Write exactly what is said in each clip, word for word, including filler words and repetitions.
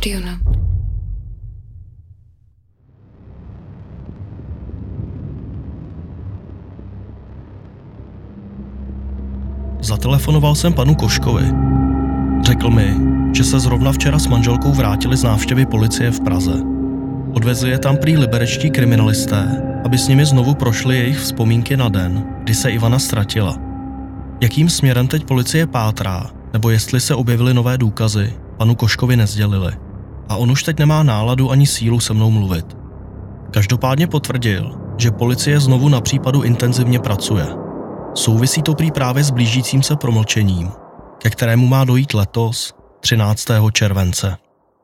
do you know? Zatelefonoval jsem panu Koškovi. Řekl mi, že se zrovna včera s manželkou vrátili z návštěvy policie v Praze. Odvezli je tam prý liberečtí kriminalisté, aby s nimi znovu prošli jejich vzpomínky na den, kdy se Ivana ztratila. Jakým směrem teď policie pátrá, nebo jestli se objevily nové důkazy, panu Koškovi nesdělili. A on už teď nemá náladu ani sílu se mnou mluvit. Každopádně potvrdil, že policie znovu na případu intenzivně pracuje. Souvisí to prý právě s blížícím se promlčením, ke kterému má dojít letos, třináctého července.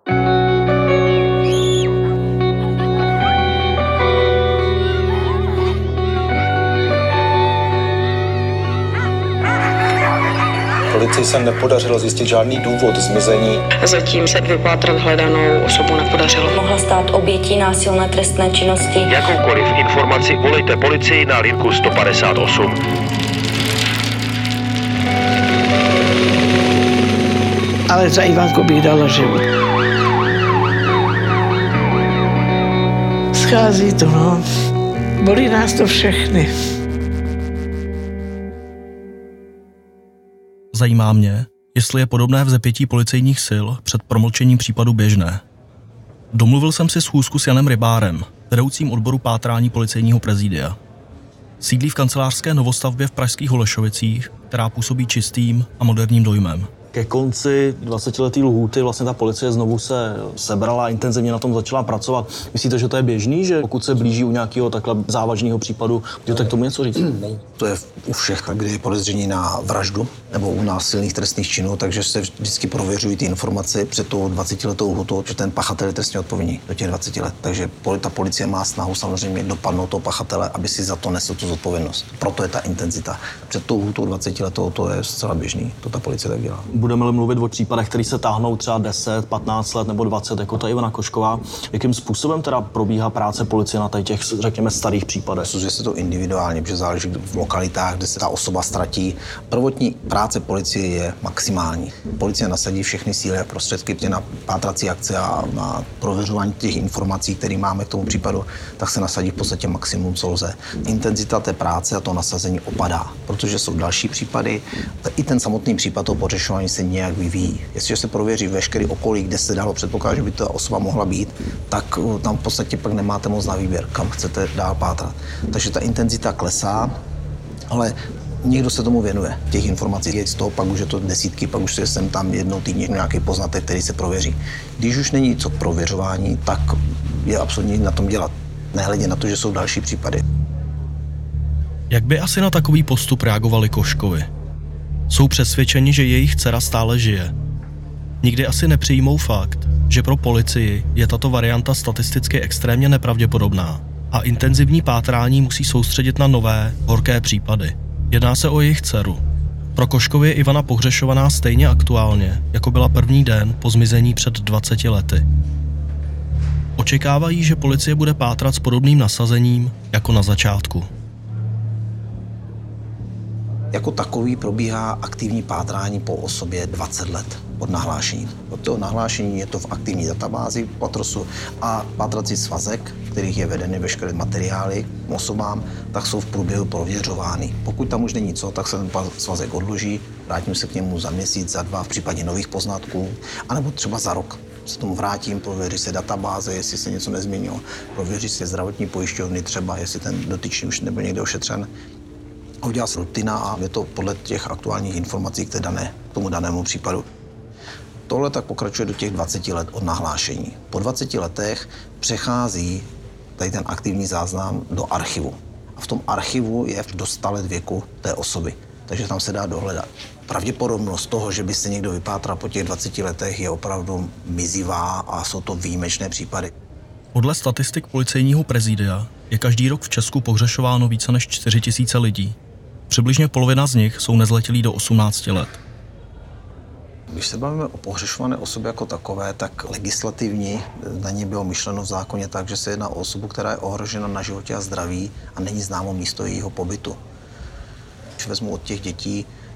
Policii se nepodařilo zjistit žádný důvod zmizení. Zatím se vypátrat hledanou osobu nepodařilo. Mohla stát obětí násilné trestné činnosti. Jakoukoliv informaci volejte policii na linku sto padesát osm. Ale za Ivanku bych dala život. Schází to, no. Bolí nás to všechny. Zajímá mě, jestli je podobné vzepětí policejních sil před promlčením případu běžné. Domluvil jsem si schůzku s Janem Rybárem, vedoucím odboru pátrání policejního prezidia. Sídlí v kancelářské novostavbě v pražských Holešovicích, která působí čistým a moderním dojmem. Ke konci dvacetileté lhůty vlastně ta policie znovu se sebrala a intenzivně na tom začala pracovat. Myslíte, že to je běžný, že pokud se blíží u nějakého takhle závažného případu, můžete k tomu něco říct? To je u všech, kdy je podezření na vraždu nebo u násilných trestných činů, takže se vždycky prověřují ty informace před tou dvacetiletou lhůtou, že ten pachatel je trestně odpovědný do těch dvaceti let. Takže ta policie má snahu samozřejmě dopadnout toho pachatele, aby si za to nesl tu zodpovědnost. Proto je ta intenzita. Před tou lhůtou dvacetiletou to je zcela běžný, to ta policie tak dělá. Budeme-li mluvit o případech, které se táhnou třeba deset, patnáct let nebo dvacet, jako ta Ivana Košková, jakým způsobem teda probíhá práce policie na těch, řekněme, starých případech? Že se to individuálně, protože záleží v lokalitách, kde se ta osoba ztratí. Prvotní práce policie je maximální. Policie nasadí všechny síly a prostředky na pátrací akce a na prověřování těch informací, které máme k tomu případu, tak se nasadí v podstatě maximum, co lze. Intenzita té práce a to nasazení opadá, protože jsou další případy. I ten samotný případ toho pořešování se nějak vyvíjí. Jestliže se prověří veškerý okolí, kde se dalo předpokládat, že by ta osoba mohla být, tak tam v podstatě pak nemáte moc na výběr, kam chcete dál pátrat. Takže ta intenzita klesá, ale někdo se tomu věnuje. Těch informací je z toho, pak už je to desítky, pak už je sem tam jednou týdně nějaký poznatek, který se prověří. Když už není co k prověřování, tak je absolutně na tom dělat. Nehledě na to, že jsou další případy. Jak by asi na takový postup reagovali Koškovi? Jsou přesvědčeni, že jejich dcera stále žije. Nikdy asi nepřijmou fakt, že pro policii je tato varianta statisticky extrémně nepravděpodobná a intenzivní pátrání musí soustředit na nové, horké případy. Jedná se o jejich dceru. Pro Koškovi je Ivana pohřešovaná stejně aktuálně, jako byla první den po zmizení před dvaceti lety. Očekávají, že policie bude pátrat s podobným nasazením jako na začátku. Jako takový probíhá aktivní pátrání po osobě dvacet let od nahlášení. Od toho nahlášení je to v aktivní databázi Patrosu a pátrací svazek, kterých je vedeny veškeré materiály osobám, tak jsou v průběhu prověřovány. Pokud tam už není co, tak se ten svazek odloží, vrátím se k němu za měsíc, za dva v případě nových poznatků, anebo třeba za rok. Se tomu vrátím, prověří se databáze, jestli se něco nezměnilo, prověří se zdravotní pojišťovny třeba, jestli ten dotyčný už nebyl někde ošetřen. A udělá se rutina a je to podle těch aktuálních informací k, dané, k tomu danému případu. Tohle tak pokračuje do těch dvaceti let od nahlášení. Po dvaceti letech přechází tady ten aktivní záznam do archivu. A v tom archivu je do sta let věku té osoby, takže tam se dá dohledat. Pravděpodobnost toho, že by se někdo vypátral po těch dvaceti letech, je opravdu mizivá a jsou to výjimečné případy. Podle statistik policejního prezidia je každý rok v Česku pohřešováno více než čtyři tisíce lidí. Přibližně polovina z nich jsou nezletilí do osmnácti let. Když se bavíme o pohřešované osobě jako takové, tak legislativně na ní bylo myšleno v zákoně tak, že se jedná o osobu, která je ohrožena na životě a zdraví a není známo místo jejího pobytu. Když vezmu od těch dětí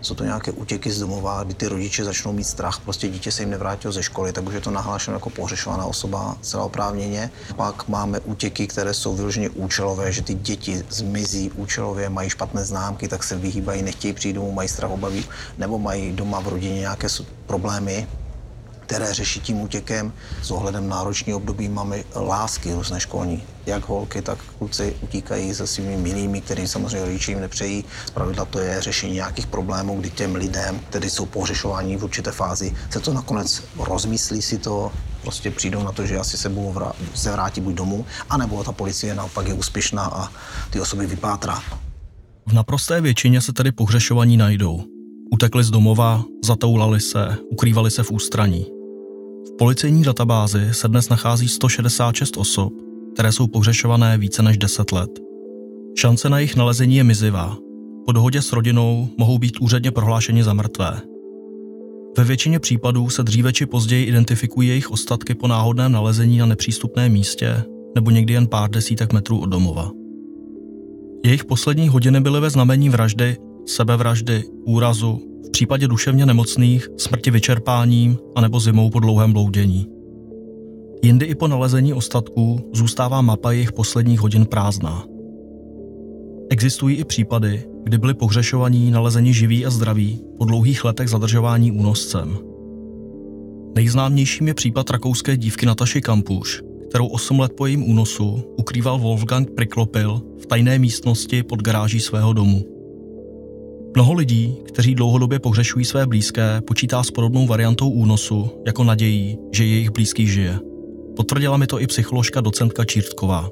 Jsou to nějaké útěky z domova, kdy ty rodiče začnou mít strach, prostě dítě se jim nevrátilo ze školy, takže je to nahlášeno jako pohřešovaná osoba celá oprávněně. Pak máme útěky, které jsou vyloženě účelové, že ty děti zmizí účelově, mají špatné známky, tak se vyhýbají, nechtějí přijít domů, mají strach, obavy, nebo mají doma v rodině nějaké problémy, které řeší tím útěkem. S ohledem na roční období máme lásky různé školní. Jak holky, tak kluci utíkají se svými milými, kterým samozřejmě rodiče jim nepřejí. Zpravidla to je řešení nějakých problémů, kdy těm lidem, kteří jsou pohřešováni v určité fázi, se to nakonec rozmyslí si to, prostě přijdou na to, že asi se budou vrát, se vrátí buď domů, anebo ta policie naopak je úspěšná a ty osoby vypátrá. V naprosté většině se tedy pohřešovaní najdou. Utekli z domova, zatoulali se, ukrývali se v ústraní. V policejní databázi se dnes nachází sto šedesát šest osob, které jsou pohřešované více než deset let. Šance na jejich nalezení je mizivá. Po dohodě s rodinou mohou být úředně prohlášeni za mrtvé. Ve většině případů se dříve či později identifikují jejich ostatky po náhodném nalezení na nepřístupném místě nebo někdy jen pár desítek metrů od domova. Jejich poslední hodiny byly ve znamení vraždy, sebevraždy, úrazu, v případě duševně nemocných, smrti vyčerpáním anebo zimou po dlouhém bloudění. Jindy i po nalezení ostatků zůstává mapa jejich posledních hodin prázdná. Existují i případy, kdy byli pohřešovaní nalezeni živí a zdraví po dlouhých letech zadržování únoscem. Nejznámějším je případ rakouské dívky Nataši Kampuš, kterou osm let po jejím únosu ukrýval Wolfgang Priklopil v tajné místnosti pod garáží svého domu. Mnoho lidí, kteří dlouhodobě pohřešují své blízké, počítá s podobnou variantou únosu jako nadějí, že jejich blízký žije. Potvrdila mi to i psycholožka docentka Čírtková.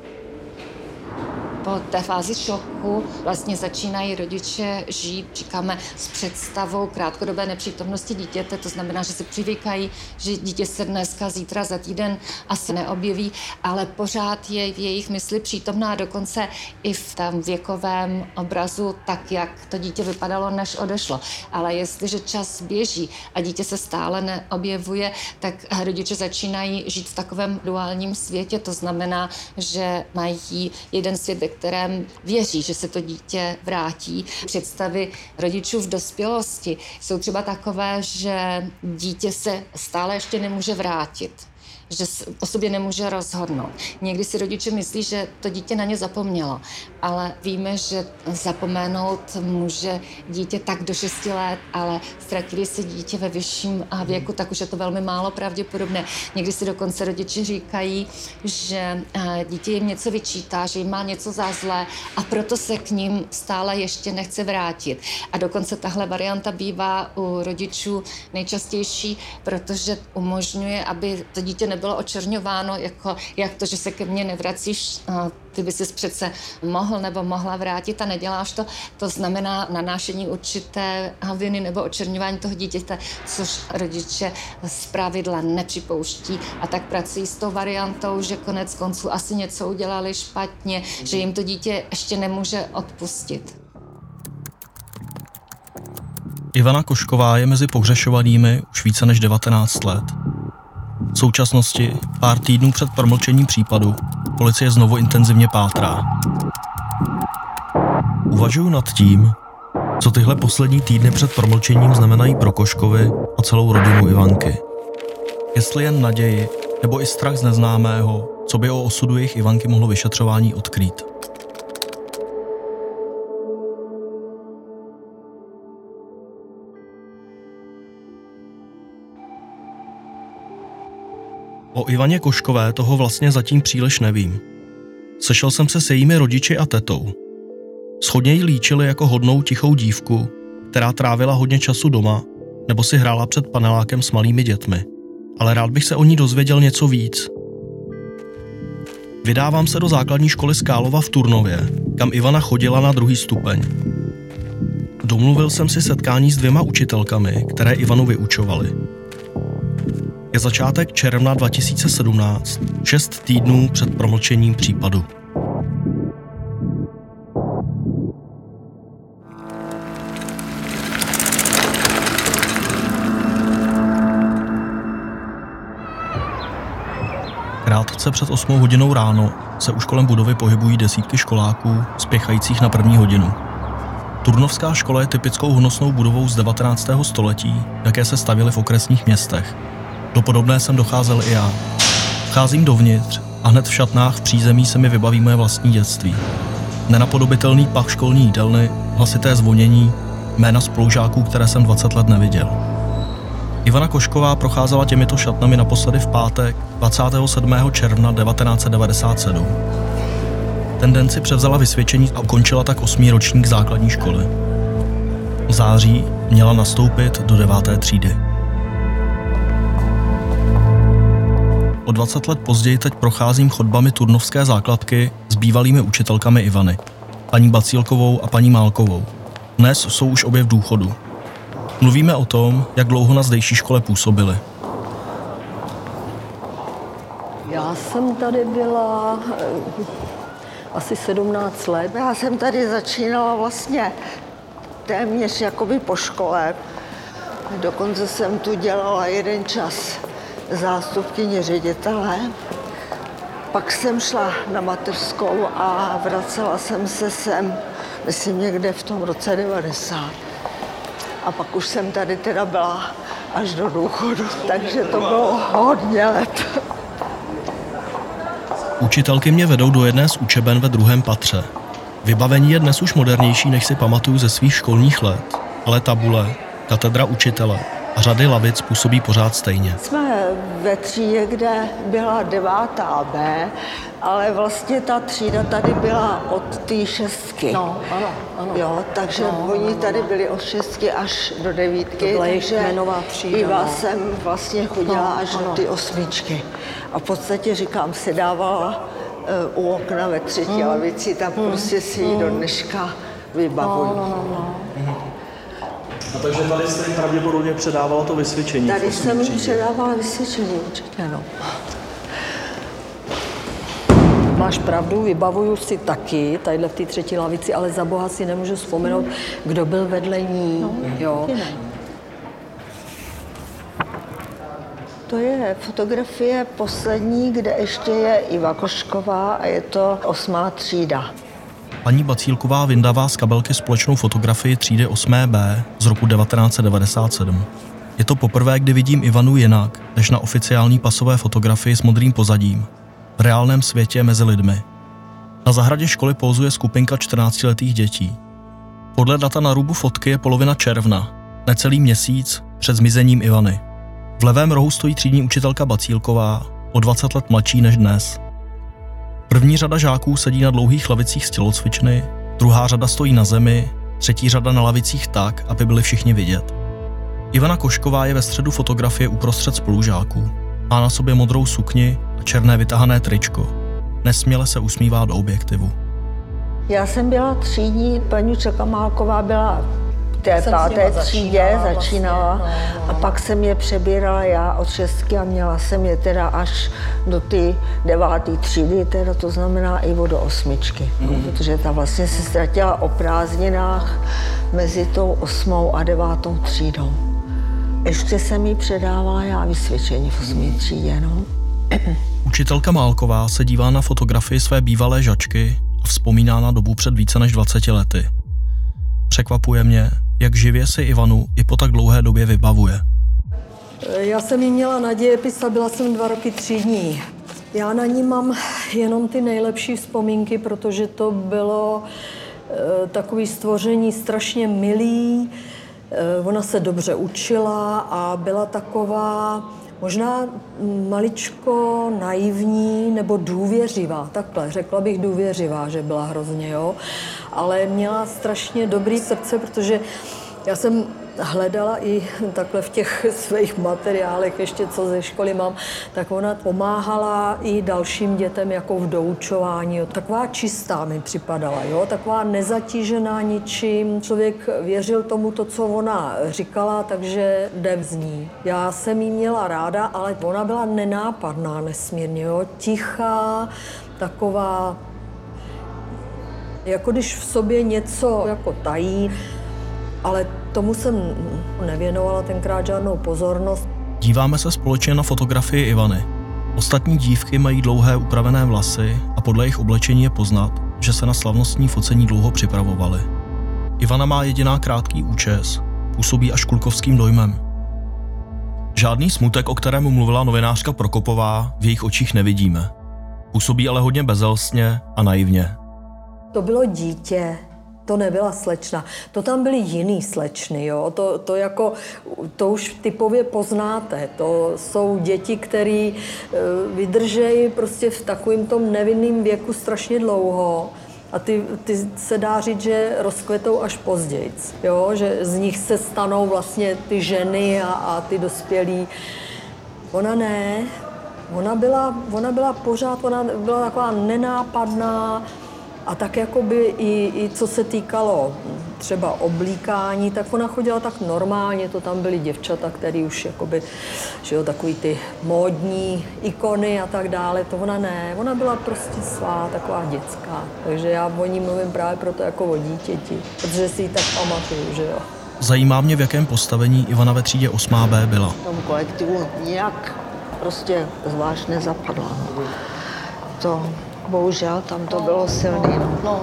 Po té fázi šoku vlastně začínají rodiče žít, říkáme, s představou krátkodobé nepřítomnosti dítěte, to znamená, že si přivykají, že dítě se dneska, zítra, za týden asi neobjeví, ale pořád je v jejich mysli přítomná, dokonce i v tom věkovém obrazu, tak jak to dítě vypadalo, než odešlo. Ale jestliže čas běží a dítě se stále neobjevuje, tak rodiče začínají žít v takovém duálním světě, to znamená, že mají jeden svět, kterém věří, že se to dítě vrátí. Představy rodičů v dospělosti jsou třeba takové, že dítě se stále ještě nemůže vrátit, že o sobě nemůže rozhodnout. Někdy si rodiče myslí, že to dítě na ně zapomnělo, ale víme, že zapomenout může dítě tak do šesti let, ale ztratili se dítě ve vyšším věku, tak už je to velmi málo pravděpodobné. Někdy si dokonce rodiče říkají, že dítě jim něco vyčítá, že jim má něco za zlé a proto se k ním stále ještě nechce vrátit. A dokonce tahle varianta bývá u rodičů nejčastější, protože umožňuje, aby to dítě nebylo očerňováno, jako jak to, že se ke mně nevracíš, ty by si přece mohl nebo mohla vrátit a neděláš to. To znamená nanášení určité viny nebo očerňování toho dítěte, což rodiče zpravidla nepřipouští a tak pracují s tou variantou, že konec konců asi něco udělali špatně, že jim to dítě ještě nemůže odpustit. Ivana Košková je mezi pohřešovanými už více než devatenáct let. V současnosti, pár týdnů před promlčením případu, policie znovu intenzivně pátrá. Uvažuju nad tím, co tyhle poslední týdny před promlčením znamenají pro Koškovy a celou rodinu Ivanky. Jestli jen naději, nebo i strach z neznámého, co by o osudu jejich Ivanky mohlo vyšetřování odkrýt. O Ivaně Koškové toho vlastně zatím příliš nevím. Sešel jsem se s jejími rodiči a tetou. Shodně ji líčili jako hodnou tichou dívku, která trávila hodně času doma nebo si hrála před panelákem s malými dětmi. Ale rád bych se o ní dozvěděl něco víc. Vydávám se do základní školy Skálova v Turnově, kam Ivana chodila na druhý stupeň. Domluvil jsem si setkání s dvěma učitelkami, které Ivanu vyučovaly. Je začátek června dva tisíce sedmnáct, šest týdnů před promlčením případu. Krátce před osmou hodinou ráno se už kolem budovy pohybují desítky školáků spěchajících na první hodinu. Turnovská škola je typickou honosnou budovou z devatenáctého století, jaké se stavěly v okresních městech. Do podobné jsem docházel i já. Vcházím dovnitř a hned v šatnách v přízemí se mi vybaví moje vlastní dětství. Nenapodobitelný pach školní jídelny, hlasité zvonění, jména spolužáků, které jsem dvacet let neviděl. Ivana Košková procházela těmito šatnami naposledy v pátek dvacátého sedmého června devatenáct set devadesát sedm. Ten den si převzala vysvědčení a ukončila tak osmý ročník základní školy. V září měla nastoupit do deváté třídy. O dvacet let později teď procházím chodbami Turnovské základky s bývalými učitelkami Ivany, paní Bacílkovou a paní Málkovou. Dnes jsou už obě v důchodu. Mluvíme o tom, jak dlouho na zdejší škole působili. Já jsem tady byla asi sedmnáct let. Já jsem tady začínala vlastně téměř jakoby po škole. Dokonce jsem tu dělala jeden čas zástupkyni ředitele. Pak jsem šla na mateřskou a vracela jsem se sem, myslím někde v tom roce devadesát. A pak už jsem tady teda byla až do důchodu, takže to bylo hodně let. Učitelky mě vedou do jedné z učeben ve druhém patře. Vybavení je dnes už modernější, než si pamatuju ze svých školních let, ale tabule, katedra učitele a řady lavic působí pořád stejně. Jsme ve třídě, kde byla devátá B, ale vlastně ta třída tady byla od té šestky. No, ano, ano. Jo, takže no, oni tady byli od šestky až do devítky. To byla jejich takže jmenová třída. Iva no. jsem vlastně chodila no, až ano. do ty osmičky. A v podstatě, říkám, si dávala uh, u okna ve třetí hmm. lavici, tam hmm. prostě si ji hmm. do dneška vybavují. No, no, no, no. A takže tady jste jim pravděpodobně předávala to vysvědčení? Tady jsem jim předávala vysvědčení, určitě, no. Máš pravdu, vybavuju si taky, tadyhle v té třetí lavici, ale za boha si nemůžu vzpomenout, kdo byl vedle ní, no, jo. To je fotografie poslední, kde ještě je Iva Košková a je to osmá třída. Paní Bacílková vyndává z kabelky společnou fotografii třídy osmé B z roku devatenáct set devadesát sedm. Je to poprvé, kdy vidím Ivanu jinak, než na oficiální pasové fotografii s modrým pozadím. V reálném světě mezi lidmi. Na zahradě školy pózuje skupinka čtrnáctiletých dětí. Podle data na rubu fotky je polovina června, necelý měsíc před zmizením Ivany. V levém rohu stojí třídní učitelka Bacílková, o dvacet let mladší než dnes. První řada žáků sedí na dlouhých lavicích z tělocvičny, druhá řada stojí na zemi, třetí řada na lavicích tak, aby byli všichni vidět. Ivana Košková je ve středu fotografie uprostřed spolužáků. Má na sobě modrou sukni a černé vytahané tričko. Nesměle se usmívá do objektivu. Já jsem byla třídní, paní Čeka Málková byla v té jsem páté třídě, začínala, začínala vlastně, no, no. A pak jsem je přebírala já od šestky a měla jsem je teda až do ty deváté třídy, teda to znamená i do osmičky, mm. protože ta vlastně se ztratila o prázdninách mezi tou osmou a devátou třídou. Ještě jsem jí předávala já vysvědčení v osmé třídě, no. Učitelka Málková se dívá na fotografii své bývalé žačky a vzpomíná na dobu před více než dvaceti lety. Překvapuje mě, jak živě si Ivanu i po tak dlouhé době vybavuje. Já jsem jí měla na dějepis a byla jsem dva roky třídní. Já na ní mám jenom ty nejlepší vzpomínky, protože to bylo e, takové stvoření strašně milý. E, ona se dobře učila a byla taková možná maličko naivní nebo důvěřivá, takhle, řekla bych důvěřivá, že byla hrozně, jo. Ale měla strašně dobrý srdce, protože já jsem hledala i takhle v těch svých materiálech, ještě co ze školy mám, tak ona pomáhala i dalším dětem jako v doučování. Jo. Taková čistá mi připadala, jo? Taková nezatížená ničím. Člověk věřil tomu, to, co ona říkala, takže jde z ní. Já jsem jí měla ráda, ale ona byla nenápadná nesmírně, jo? Tichá, taková, jako když v sobě něco jako tají, ale tomu jsem nevěnovala tenkrát žádnou pozornost. Díváme se společně na fotografii Ivany. Ostatní dívky mají dlouhé upravené vlasy a podle jejich oblečení je poznat, že se na slavnostní focení dlouho připravovaly. Ivana má jediná krátký účes, působí až kulkovským dojmem. Žádný smutek, o kterém mluvila novinářka Prokopová, v jejich očích nevidíme. Působí ale hodně bezelstně a naivně. To bylo dítě, to nebyla slečna. To tam byly jiný slečny, jo. To, to, jako, to už typově poznáte. To jsou děti, které vydržejí prostě v takovém tom nevinném věku strašně dlouho. A ty, ty se dá říct, že rozkvetou až později, jo? Že z nich se stanou vlastně ty ženy a, a ty dospělí. Ona ne, ona byla, ona byla pořád, ona byla taková nenápadná a tak jakoby i, i co se týkalo třeba oblíkání, tak ona chodila tak normálně, to tam byly děvčata, které už jakoby, že jo, takový ty módní ikony a tak dále, to ona ne, ona byla prostě svá, taková dětská, takže já o ní mluvím právě proto jako o dítěti, protože si ji tak pamatuju, že jo. Zajímá mě, v jakém postavení Ivana ve třídě osmá bé byla. V tom kolektivu nějak prostě zvlášť nezapadla. To bohužel tam to bylo silný. No.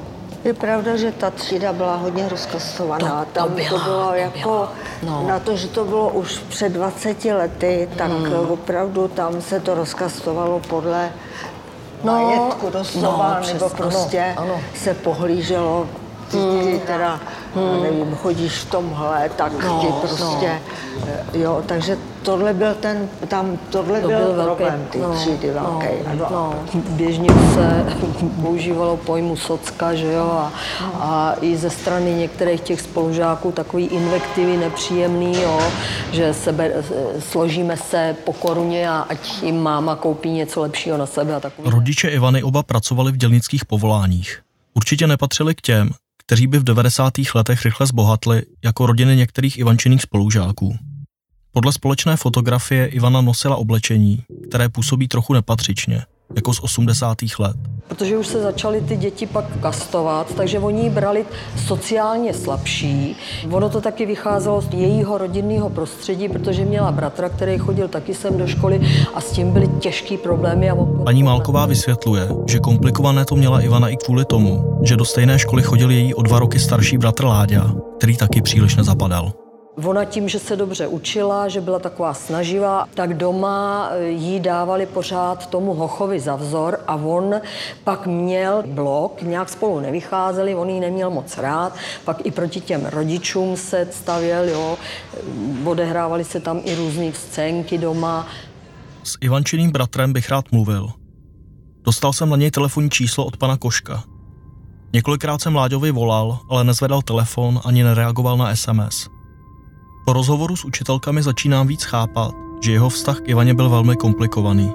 Je pravda, že ta třída byla hodně rozkastovaná. To, to tam byla, to bylo to jako, byla. No. Na to, že to bylo už před dvaceti lety, tak hmm. opravdu tam se to rozkastovalo podle no, majetku doslova, no, nebo přes, prostě ano, ano. se pohlíželo. Ty, ty teda, hmm. nevím, chodíš v tomhle, tak no, ti prostě, no. jo, takže tohle byl ten, tam, tohle to byl, byl problém, velký, ty no, třídy velký. No, no. Běžně se používalo pojmu socka, že jo, a, a i ze strany některých těch spolužáků takový invektivy nepříjemný, jo, že sebe, složíme se po koruně a ať jim máma koupí něco lepšího na sebe a takový. Rodiče Ivany oba pracovali v dělnických povoláních. Určitě nepatřili k těm, kteří by v devadesátých letech rychle zbohatli jako rodiny některých Ivančiných spolužáků. Podle společné fotografie Ivana nosila oblečení, které působí trochu nepatřičně, jako z osmdesátých let. Protože už se začaly ty děti pak kastovat, takže oni ji brali sociálně slabší. Ono to taky vycházelo z jejího rodinného prostředí, protože měla bratra, který chodil taky sem do školy a s tím byly těžký problémy. A on... Paní Málková vysvětluje, že komplikované to měla Ivana i kvůli tomu, že do stejné školy chodil její o dva roky starší bratr Láďa, který taky příliš nezapadal. Ona tím, že se dobře učila, že byla taková snaživá, tak doma jí dávali pořád tomu hochovi za vzor a on pak měl blok, nějak spolu nevycházeli, on jí neměl moc rád, pak i proti těm rodičům se stavěl, jo, odehrávaly se tam i různé scénky doma. S Ivančiným bratrem bych rád mluvil. Dostal jsem na něj telefonní číslo od pana Koška. Několikrát jsem Láďovi volal, ale nezvedal telefon ani nereagoval na es em es. Po rozhovoru s učitelkami začínám víc chápat, že jeho vztah k Ivaně byl velmi komplikovaný.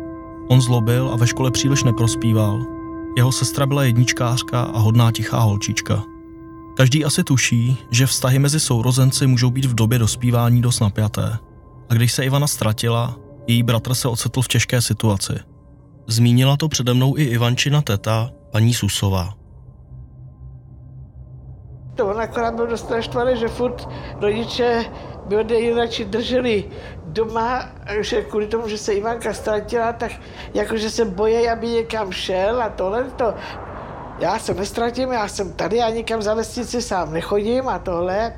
On zlobil a ve škole příliš neprospíval. Jeho sestra byla jedničkářka a hodná tichá holčička. Každý asi tuší, že vztahy mezi sourozenci můžou být v době dospívání dost napjaté. A když se Ivana ztratila, její bratr se ocitl v těžké situaci. Zmínila to přede mnou i Ivančina teta, paní Susová. To on akorát byl dost naštvaný, že furt rodiče by od něj radši drželi doma, že kvůli tomu, že se Ivanka ztratila, tak jakože se bojí, aby někam šel a tohle to. Já se nestratím, já jsem tady, já nikam za vesnici sám nechodím a tohle.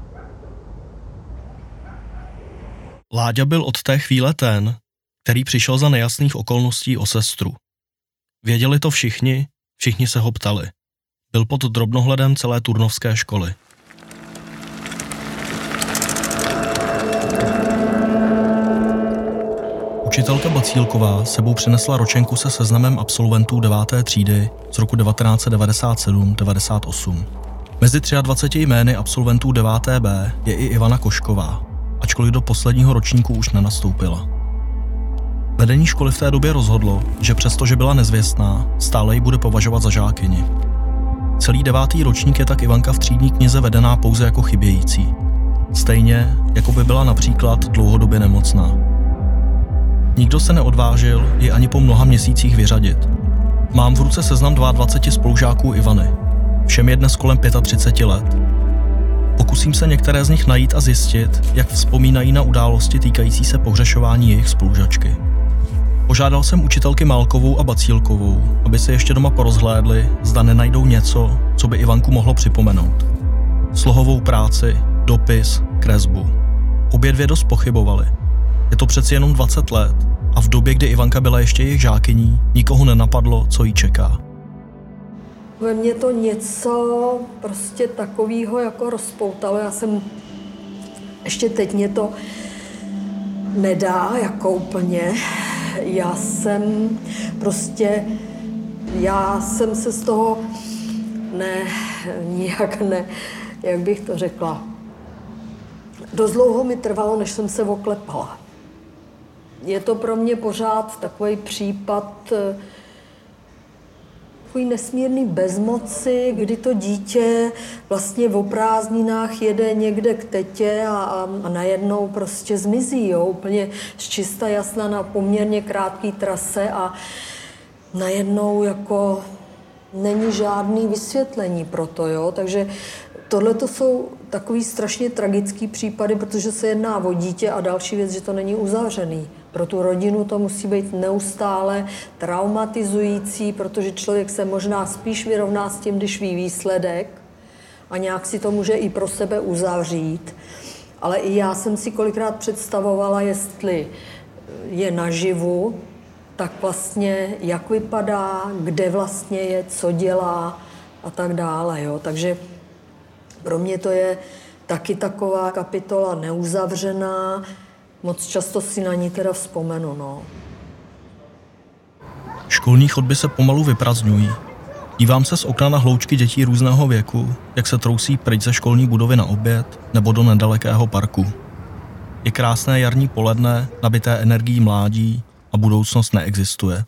Láďa byl od té chvíle ten, který přišel za nejasných okolností o sestru. Věděli to všichni, všichni se ho ptali. Byl pod drobnohledem celé turnovské školy. Učitelka Bacílková sebou přinesla ročenku se seznamem absolventů deváté třídy z roku devatenáct set devadesát sedm devadesát osm. Mezi dvaceti třemi jmény absolventů deváté bé je i Ivana Košková, ačkoliv do posledního ročníku už nenastoupila. Vedení školy v té době rozhodlo, že přestože byla nezvěstná, stále ji bude považovat za žákyni. Celý devátý ročník je tak Ivanka v třídní knize vedená pouze jako chybějící. Stejně, jako by byla například dlouhodobě nemocná. Nikdo se neodvážil ji ani po mnoha měsících vyřadit. Mám v ruce seznam dvaceti dvou spolužáků Ivany. Všem je dnes kolem třicet pět let. Pokusím se některé z nich najít a zjistit, jak vzpomínají na události týkající se pohřešování jejich spolužačky. Požádal jsem učitelky Málkovou a Bacílkovou, aby se ještě doma porozhlédli, zda nenajdou něco, co by Ivanku mohlo připomenout. slohovou práci, dopis, kresbu. Obě dvě dost pochybovali. Je to přeci jenom dvacet let a v době, kdy Ivanka byla ještě jejich žákyní, nikoho nenapadlo, co jí čeká. Ve mně to něco prostě takového jako rozpoutalo. Já jsem, ještě teď mě to nedá jako úplně. Já jsem prostě, já jsem se z toho, ne, nijak ne, jak bych to řekla. Dost dlouho mi trvalo, než jsem se oklepala. Je to pro mě pořád takový případ takový nesmírný bezmoci, kdy to dítě vlastně o prázdninách jede někde k tetě a, a, a najednou prostě zmizí, jo, úplně z čista jasna na poměrně krátké trase a najednou jako není žádný vysvětlení pro to, jo, takže tohle to jsou takový strašně tragický případy, protože se jedná o dítě a další věc, že to není uzavřený. Pro tu rodinu to musí být neustále traumatizující, protože člověk se možná spíš vyrovná s tím, když ví výsledek a nějak si to může i pro sebe uzavřít. Ale i já jsem si kolikrát představovala, jestli je naživu, tak vlastně jak vypadá, kde vlastně je, co dělá a tak dále. Jo. Takže pro mě to je taky taková kapitola neuzavřená. Moc často si na ní teda vzpomenu, no. Školní chodby se pomalu vyprazdňují. Dívám se z okna na hloučky dětí různého věku, jak se trousí pryč ze školní budovy na oběd nebo do nedalekého parku. Je krásné jarní poledne, nabité energií mládí a budoucnost neexistuje.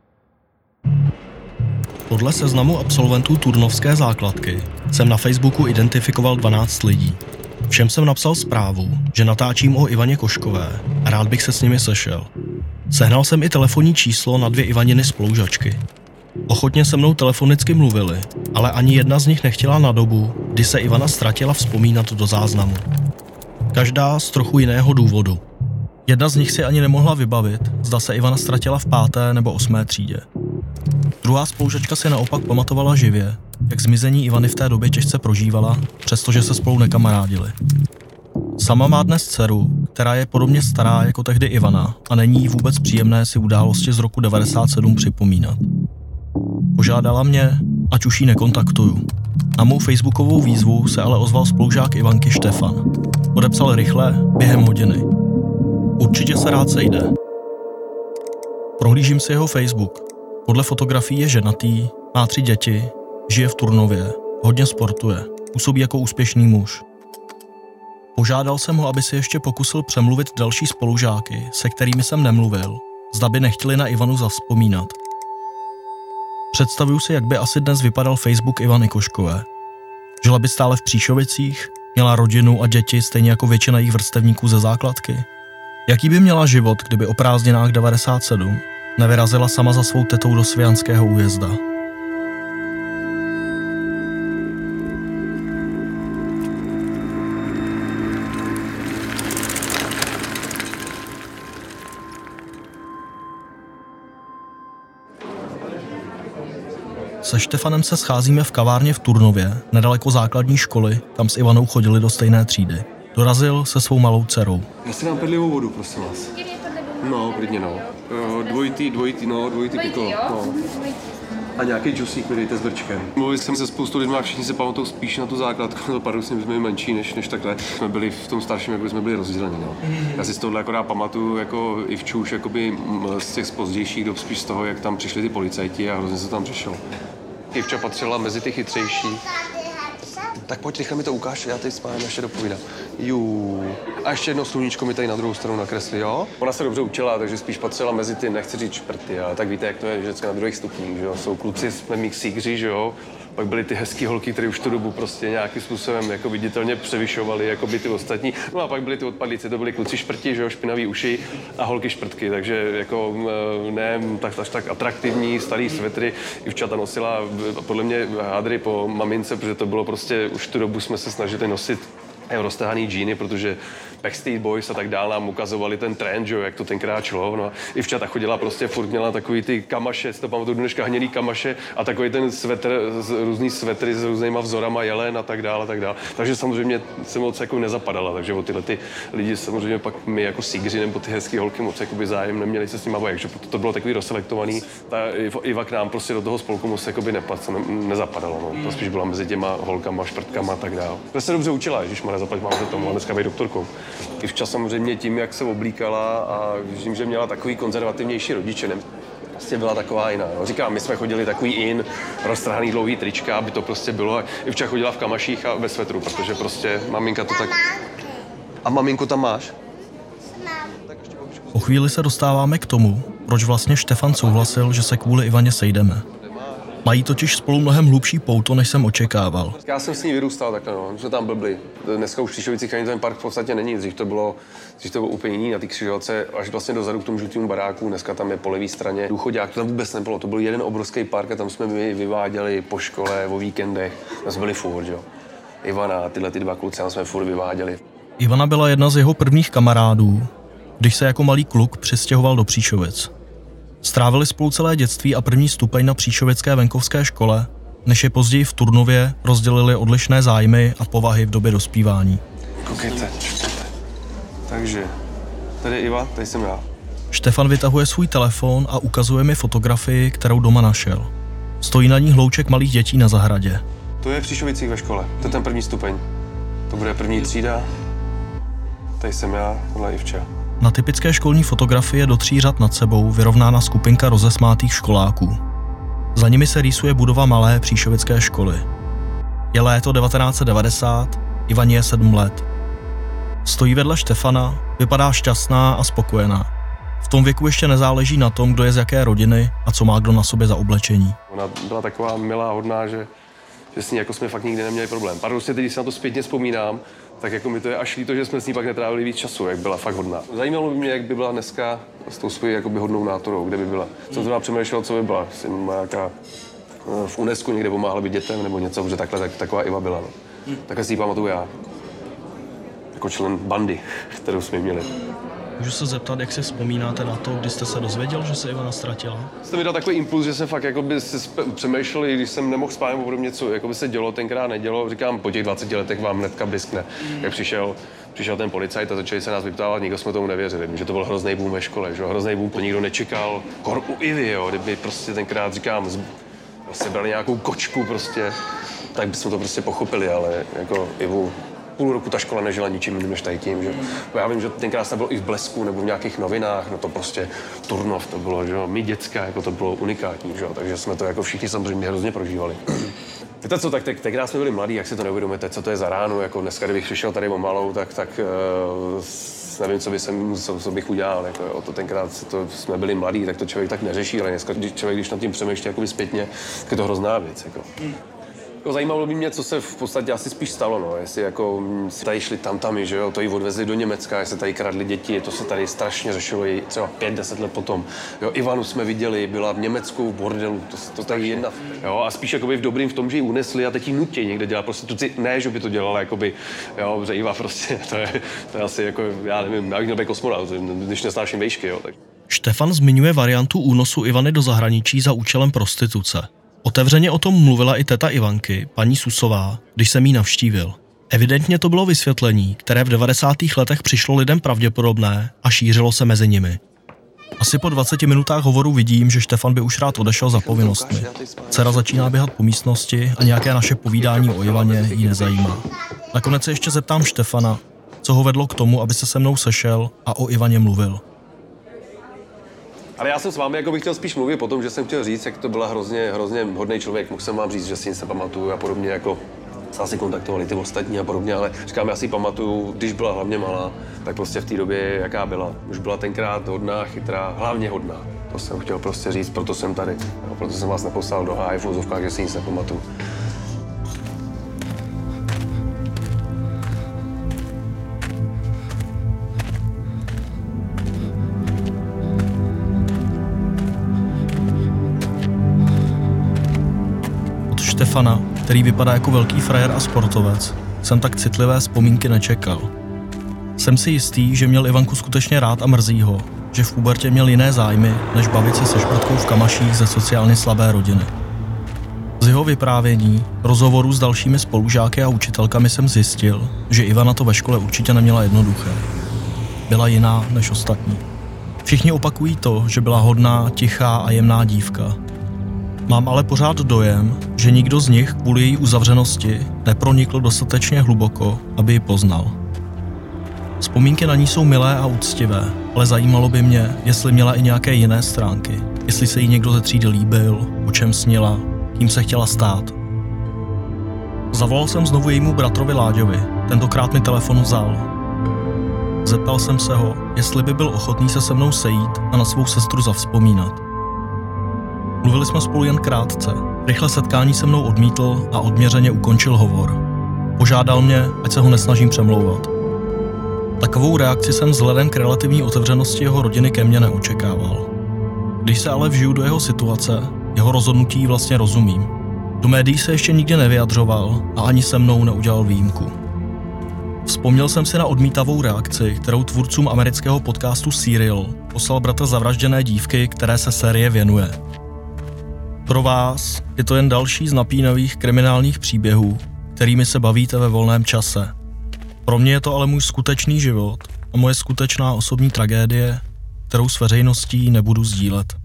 Podle seznamu absolventů Turnovské základky jsem na Facebooku identifikoval dvanáct lidí. Všem jsem napsal zprávu, že natáčím o Ivaně Koškové a rád bych se s nimi sešel. Sehnal jsem i telefonní číslo na dvě Ivaniny spolužačky. Ochotně se mnou telefonicky mluvili, ale ani jedna z nich nechtěla na dobu, kdy se Ivana ztratila, vzpomínat do záznamu. Každá z trochu jiného důvodu. Jedna z nich si ani nemohla vybavit, zda se Ivana ztratila v páté nebo osmé třídě. Druhá spolužačka si naopak pamatovala živě, jak zmizení Ivany v té době těžce prožívala, přestože se spolu nekamarádili. Sama má dnes dceru, která je podobně stará jako tehdy Ivana a není jí vůbec příjemné si události z roku devadesát sedm připomínat. Požádala mě, ať už ji nekontaktuju. Na mou facebookovou výzvu se ale ozval spolužák Ivanky Štefan. Odepsal rychle, během hodiny. Určitě se rád sejde. Prohlížím si jeho Facebook. Podle fotografií je ženatý, má tři děti, žije v Turnově, hodně sportuje, působí jako úspěšný muž. Požádal jsem ho, aby si ještě pokusil přemluvit další spolužáky, se kterými jsem nemluvil, zda by nechtěli na Ivanu zavzpomínat. Představuju si, jak by asi dnes vypadal Facebook Ivany Koškové. Žila by stále v Příšovicích, měla rodinu a děti stejně jako většina jejich vrstevníků ze základky. Jaký by měla život, kdyby o prázdninách devadesát sedm nevyrazila sama za svou tetou do Svijanského újezda? Se Štefanem se scházíme v kavárně v Turnově, nedaleko základní školy, kam s Ivanou chodili do stejné třídy. Dorazil se svou malou dcerou. Já si dám pedlivou vodu, prosím vás. No, klidně no. Dvojitý, dvojitý, no, dvojitý pikl. No. A nějaký džusík mi dejte s vrčkem. Mluvil jsem se spoustu lidmi a všichni se pamatují spíš na tu základku, to paradoxně jsme menší než, než takhle. Jsme byli v tom starším, jako jsme byli rozděleni. No. Já si z tohohle akorát pamatuju jako i v čůš, jakoby z těch pozdějších dob, spíš z toho, jak tam přišli ty policajti a hrozně se tam přišel. Ivča patřila mezi ty chytřejší. Tak pojď, rychle mi to ukáž, já teď s pánem ještě dopovídám. Jú. A ještě jedno sluníčko mi tady na druhou stranu nakreslí, jo? Ona se dobře učila, takže spíš patřila mezi ty, nechci říct šprty, ale tak víte, jak to je vždycky na druhých stupních, že jo? Jsou kluci, jsme mixíkři, že jo? Pak byly ty hezký holky, které už tu dobu prostě nějakým způsobem jako viditelně převyšovaly jako by ty ostatní. No a pak byly ty odpadlíci, to byly kluci šprti, že jo, špinavý uši a holky šprtky, takže jako ne tak až tak atraktivní, starý svetry. Ivčata nosila podle mě hádry po mamince, protože to bylo prostě, už tu dobu jsme se snažili nosit roztahaný džíny, protože Backstreet Boys a tak dále nám ukazovali ten trend, že, jak to tenkrát šlo. No. Ivča ta chodila prostě, furt měla takový ty kamaše, si to pamatuju dneška, hnědý kamaše a takový ten svetr, různý svetry s různýma vzorama jelen a tak dále, a tak dále. Takže samozřejmě se moc jako nezapadala, takže o tyhle ty lidi samozřejmě pak my jako sígři nebo ty hezký holky moc jakoby zájem neměli se s nima bavit, že to bylo takový rozselektovaný. Ta Iva k nám prostě do toho spolku moc jakoby nepad, ne, nezapadala, no. To spíš byla mezi těma holkama, šprtkama a tak dále. To se dobře učila, když má nezaplať, mám to tomu, dneska být doktorkou. Ivča samozřejmě tím, jak se oblíkala a vím, že měla takový konzervativnější rodiče, ne? Prostě byla taková jiná. No. Říkám, my jsme chodili takový in, roztrhaný dlouhý trička, aby to prostě bylo. Ivča chodila v kamaších a ve svetru, protože prostě maminka to tak... A maminku tam máš? Po chvíli se dostáváme k tomu, proč vlastně Štefan souhlasil, že se kvůli Ivaně sejdeme. Mají totiž spolu mnohem hlubší pouto, než jsem očekával. Já jsem s ní vyrůstal takhle, no, jsme tam blbli. Dneska už v Příšovicích ani ten park v podstatě není, dřív to bylo, dřív to bylo úplně jiný na té křižovatce, až vlastně dozadu k tomu žlutému baráku, dneska tam je po levé straně důchodák, to tam vůbec nebylo, to byl jeden obrovský park a tam jsme my vyváděli po škole, o víkendech, tam jsme byli furt, jo. Ivana a tyhle ty dva kluci, tam jsme furt vyváděli. Ivana byla jedna z jeho prvních kamarádů, když se jako malý kluk přestěhoval do Příšovic. Strávili spolu celé dětství a první stupeň na Příšovické venkovské škole, než je později v Turnově rozdělili odlišné zájmy a povahy v době dospívání. Koukejte, takže, tady Iva, tady jsem já. Štefan vytahuje svůj telefon a ukazuje mi fotografii, kterou doma našel. Stojí na ní hlouček malých dětí na zahradě. To je v Příšovicích ve škole, to je ten první stupeň. To bude první třída, tady jsem já, tohle Ivča. Na typické školní fotografii do tří řad nad sebou vyrovnána skupinka rozesmátých školáků. Za nimi se rýsuje budova malé příšovické školy. Je léto devatenáct set devadesát, Ivaně je sedm let. Stojí vedle Štefana, vypadá šťastná a spokojená. V tom věku ještě nezáleží na tom, kdo je z jaké rodiny a co má kdo na sobě za oblečení. Ona byla taková milá, hodná, že, že s ní jako jsme fakt nikdy neměli problém. Paradoxně, když se na to zpětně vzpomínám, tak jako mi to je až líto, že jsme s ní pak netrávili víc času, jak byla fakt hodná. Zajímalo by mě, jak by byla dneska s tou svojí jakoby hodnou nátorou, kde by byla. Jsem to přemýšlel, co by byla. Jestli má nějaká v UNESCO někde pomáhala být dětem nebo něco, protože takhle tak, taková Iva byla. No. Hmm. Takhle si ji pamatuju já. Jako člen bandy, kterou jsme měli. Můžu se zeptat, jak si vzpomínáte na to, kdy jste se dozvěděl, že se Ivana ztratila? Jste mi dal takový impuls, že jsem fakt jakoby si přemýšlel, když jsem nemohl spát nebo podobně, co jakoby se dělo, tenkrát nedělo. Říkám, po těch dvaceti letech vám hnedka bliskne. Mm. Jak přišel, přišel ten policajt a začali se nás vyptávat, nikdo jsme tomu nevěřili, že to byl hrozný boom ve škole, že hrozný boom, to nikdo nečekal. Kor u Ivy, jo, kdyby prostě tenkrát, říkám, sebrali nějakou kočku prostě, tak bychom to prostě pochopili, ale jako Ivu půl roku ta škola nežila ničím jiným než tady tím, že já vím, že tenkrát se bylo i v Blesku nebo v nějakých novinách, no to prostě Turnov to bylo, že my děcka, jako to bylo unikátní, že takže jsme to jako všichni samozřejmě hrozně prožívali. Víte co, tak tenkrát jsme byli mladí, jak si to neuvědomíte, co to je za ránu, jako dneska, kdybych přišel tady o malou, tak, tak uh, nevím, co, by jsem, co, co bych udělal, jako jo, to tenkrát to, jsme byli mladí, tak to člověk tak neřeší, ale dneska když člověk, když nad tím přemýšlí jakoby zpětně, tak je to hrozná věc, jako. Jako zajímalo by mě, co se v podstatě asi spíš stalo, no. Jestli jako tady šli tam tam, že jo, to jí odvezli do Německa, jestli tady kradli děti, to se tady strašně řešilo i třeba pět, deset let potom. Jo, Ivanu jsme viděli, byla v Německu v bordelu, to, to tady jedna, jo, a spíš jakoby v dobrým v tom, že ji unesli a teď ji nutí někde dělat prostituci, ne, že by to dělala, jakoby, jo, že Iva prostě, to je, to je asi jako, já nevím, já bych měl být kosmonaut, když nesnáším vejšky, jo, tak. Štefan zmiňuje variantu únosu Ivany do zahraničí za účelem prostituce. Otevřeně o tom mluvila i teta Ivanky, paní Susová, když jsem jí navštívil. Evidentně to bylo vysvětlení, které v devadesátých letech přišlo lidem pravděpodobné a šířilo se mezi nimi. Asi po dvaceti minutách hovoru vidím, že Štefan by už rád odešel za povinnostmi. Dcera začíná běhat po místnosti a nějaké naše povídání o Ivaně jí nezajímá. Nakonec se ještě zeptám Štefana, co ho vedlo k tomu, aby se se mnou sešel a o Ivaně mluvil. Ale já jsem s vámi jako bych chtěl spíš mluvit o tom, že jsem chtěl říct, jak to byla hrozně, hrozně hodný člověk. Mohl jsem vám říct, že si nic nepamatuju a podobně, jako se asi kontaktovali ty ostatní a podobně, ale říkám, já si pamatuju, když byla hlavně malá, tak prostě v té době, jaká byla. Už byla tenkrát hodná, chytrá, hlavně hodná. To jsem chtěl prostě říct, proto jsem tady. No, proto jsem vás neposlal do háje v úzovkách, že si nic nepamatuju. Štefana, který vypadá jako velký frajer a sportovec, jsem tak citlivé vzpomínky nečekal. Jsem si jistý, že měl Ivanku skutečně rád a mrzí ho, že v pubertě měl jiné zájmy, než bavit se se šprtkou v kamaších ze sociálně slabé rodiny. Z jeho vyprávění, rozhovorů s dalšími spolužáky a učitelkami jsem zjistil, že Ivana to ve škole určitě neměla jednoduché. Byla jiná než ostatní. Všichni opakují to, že byla hodná, tichá a jemná dívka. Mám ale pořád dojem, že nikdo z nich kvůli její uzavřenosti nepronikl dostatečně hluboko, aby ji poznal. Vzpomínky na ní jsou milé a úctivé, ale zajímalo by mě, jestli měla i nějaké jiné stránky, jestli se jí někdo ze třídy líbil, o čem snila, kým se chtěla stát. Zavolal jsem znovu jejímu bratrovi Láďovi, tentokrát mi telefon vzal. Zeptal jsem se ho, jestli by byl ochotný se se mnou sejít a na svou sestru zavzpomínat. Mluvili jsme spolu jen krátce, rychle setkání se mnou odmítl a odměřeně ukončil hovor. Požádal mě, ať se ho nesnažím přemlouvat. Takovou reakci jsem vzhledem k relativní otevřenosti jeho rodiny ke mně neočekával. Když se ale vžiju do jeho situace, jeho rozhodnutí vlastně rozumím. Do médií se ještě nikdy nevyjadřoval a ani se mnou neudělal výjimku. Vzpomněl jsem si na odmítavou reakci, kterou tvůrcům amerického podcastu Serial poslal bratr zavražděné dívky, které se série věnuje. Pro vás je to jen další z napínavých kriminálních příběhů, kterými se bavíte ve volném čase. Pro mě je to ale můj skutečný život a moje skutečná osobní tragédie, kterou s veřejností nebudu sdílet.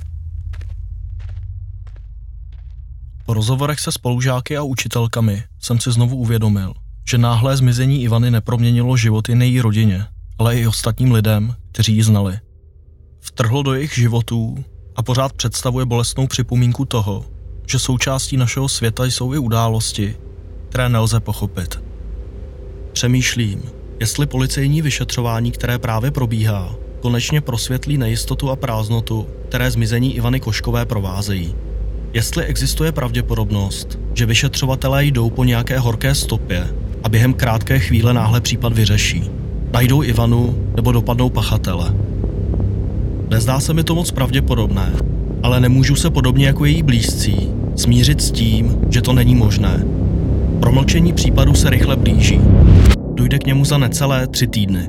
Po rozhovorech se spolužáky a učitelkami jsem si znovu uvědomil, že náhlé zmizení Ivany neproměnilo život jen její rodině, ale i ostatním lidem, kteří ji znali. Vtrhlo do jejich životů a pořád představuje bolestnou připomínku toho, že součástí našeho světa jsou i události, které nelze pochopit. Přemýšlím, jestli policejní vyšetřování, které právě probíhá, konečně prosvětlí nejistotu a prázdnotu, které zmizení Ivany Koškové provázejí. Jestli existuje pravděpodobnost, že vyšetřovatelé jdou po nějaké horké stopě a během krátké chvíle náhle případ vyřeší. Najdou Ivanu nebo dopadnou pachatele. Nezdá se mi to moc pravděpodobné, ale nemůžu se podobně jako její blízcí smířit s tím, že to není možné. Promlčení případu se rychle blíží. Dojde k němu za necelé tři týdny.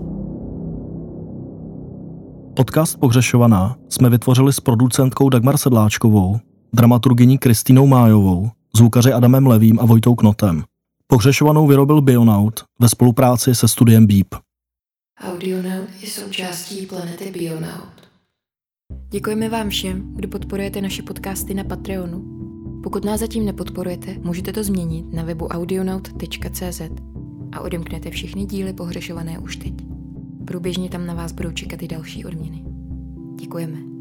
Podcast Pohřešovaná jsme vytvořili s producentkou Dagmar Sedláčkovou, dramaturgyní Kristýnou Májovou, zvukaři Adamem Levým a Vojtou Knotem. Pohřešovanou vyrobil Bionaut ve spolupráci se studiem Beep. Audionaut je součástí planety Bionaut. Děkujeme vám všem, kdo podporujete naše podcasty na Patreonu. Pokud nás zatím nepodporujete, můžete to změnit na webu audionaut tečka cé zet a odemknete všechny díly Pohřešované už teď. Průběžně tam na vás budou čekat i další odměny. Děkujeme.